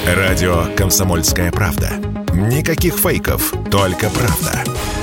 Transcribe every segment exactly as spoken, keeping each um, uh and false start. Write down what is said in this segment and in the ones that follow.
Радио «Комсомольская правда». Никаких фейков, только правда.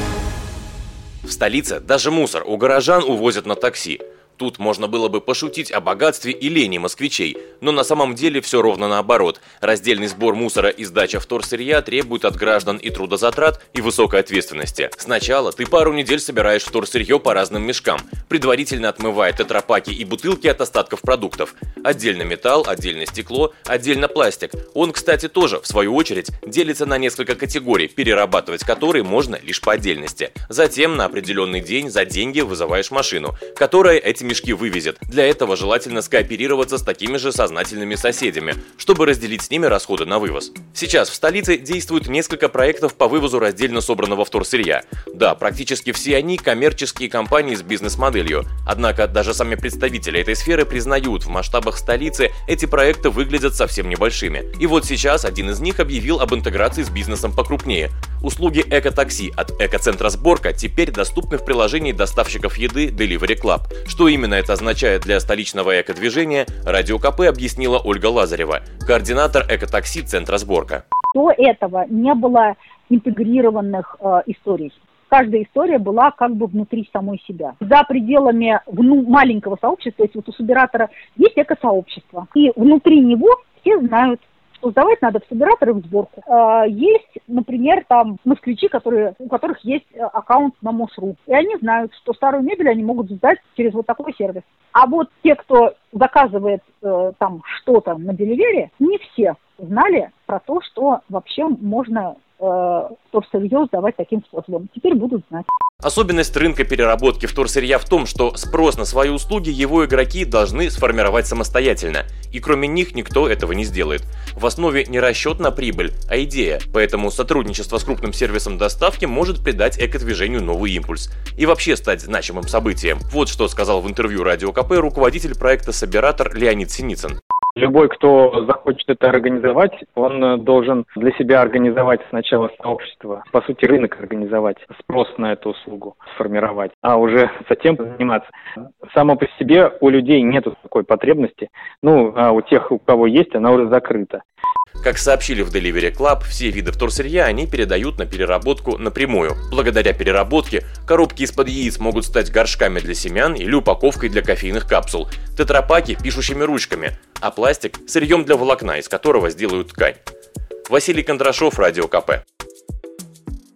В столице даже мусор у горожан увозят на такси. Тут можно было бы пошутить о богатстве и лени москвичей, но на самом деле все ровно наоборот. Раздельный сбор мусора и сдача вторсырья требуют от граждан и трудозатрат, и высокой ответственности. Сначала ты пару недель собираешь вторсырье по разным мешкам, предварительно отмывая тетрапаки и бутылки от остатков продуктов. Отдельно металл, отдельно стекло, отдельно пластик. Он, кстати, тоже, в свою очередь, делится на несколько категорий, перерабатывать которые можно лишь по отдельности. Затем на определенный день за деньги вызываешь машину, которая эти мешки вывезет. Для этого желательно скооперироваться с такими же сознательными соседями, чтобы разделить с ними расходы на вывоз. Сейчас в столице действует несколько проектов по вывозу раздельно собранного вторсырья. Да, практически все они коммерческие компании с бизнес-моделью. Однако даже сами представители этой сферы признают, в масштабах столицы эти проекты выглядят совсем небольшими. И вот сейчас один из них объявил об интеграции с бизнесом покрупнее. Услуги эко-такси от Экоцентра Сборка теперь доступны в приложении доставщиков еды Delivery Club. Что именно это означает для столичного эко-движения, Радио КП объяснила Ольга Лазарева, координатор эко-такси Центра Сборка. До этого не было интегрированных э, историй. Каждая история была как бы внутри самой себя. За пределами вну, маленького сообщества, то есть вот у Собиратора есть эко-сообщество, и внутри него все знают, что сдавать надо в Собиратор и в Сборку. Э, есть, например, там москвичи, которые, у которых есть аккаунт на МОСРУ, и они знают, что старую мебель они могут сдать через вот такой сервис. А вот те, кто заказывает э, там что-то на Деливере, не все знали про то, что вообще можно вторсырье сдавать таким способом. Теперь будут знать. Особенность рынка переработки вторсырья в том, что спрос на свои услуги его игроки должны сформировать самостоятельно, и кроме них никто этого не сделает. В основе не расчет на прибыль, а идея, поэтому сотрудничество с крупным сервисом доставки может придать эко-движению новый импульс и вообще стать значимым событием. Вот что сказал в интервью Радио КП руководитель проекта «Собиратор» Леонид Синицын. Любой, кто захочет это организовать, он должен для себя организовать сначала сообщество, по сути рынок организовать, спрос на эту услугу сформировать, а уже затем заниматься. Само по себе у людей нет такой потребности, ну а у тех, у кого есть, она уже закрыта. Как сообщили в Delivery Club, все виды вторсырья они передают на переработку напрямую. Благодаря переработке коробки из-под яиц могут стать горшками для семян или упаковкой для кофейных капсул, тетрапаки – пишущими ручками, а пластик – сырьем для волокна, из которого сделают ткань. Василий Кондрашов, Радио КП.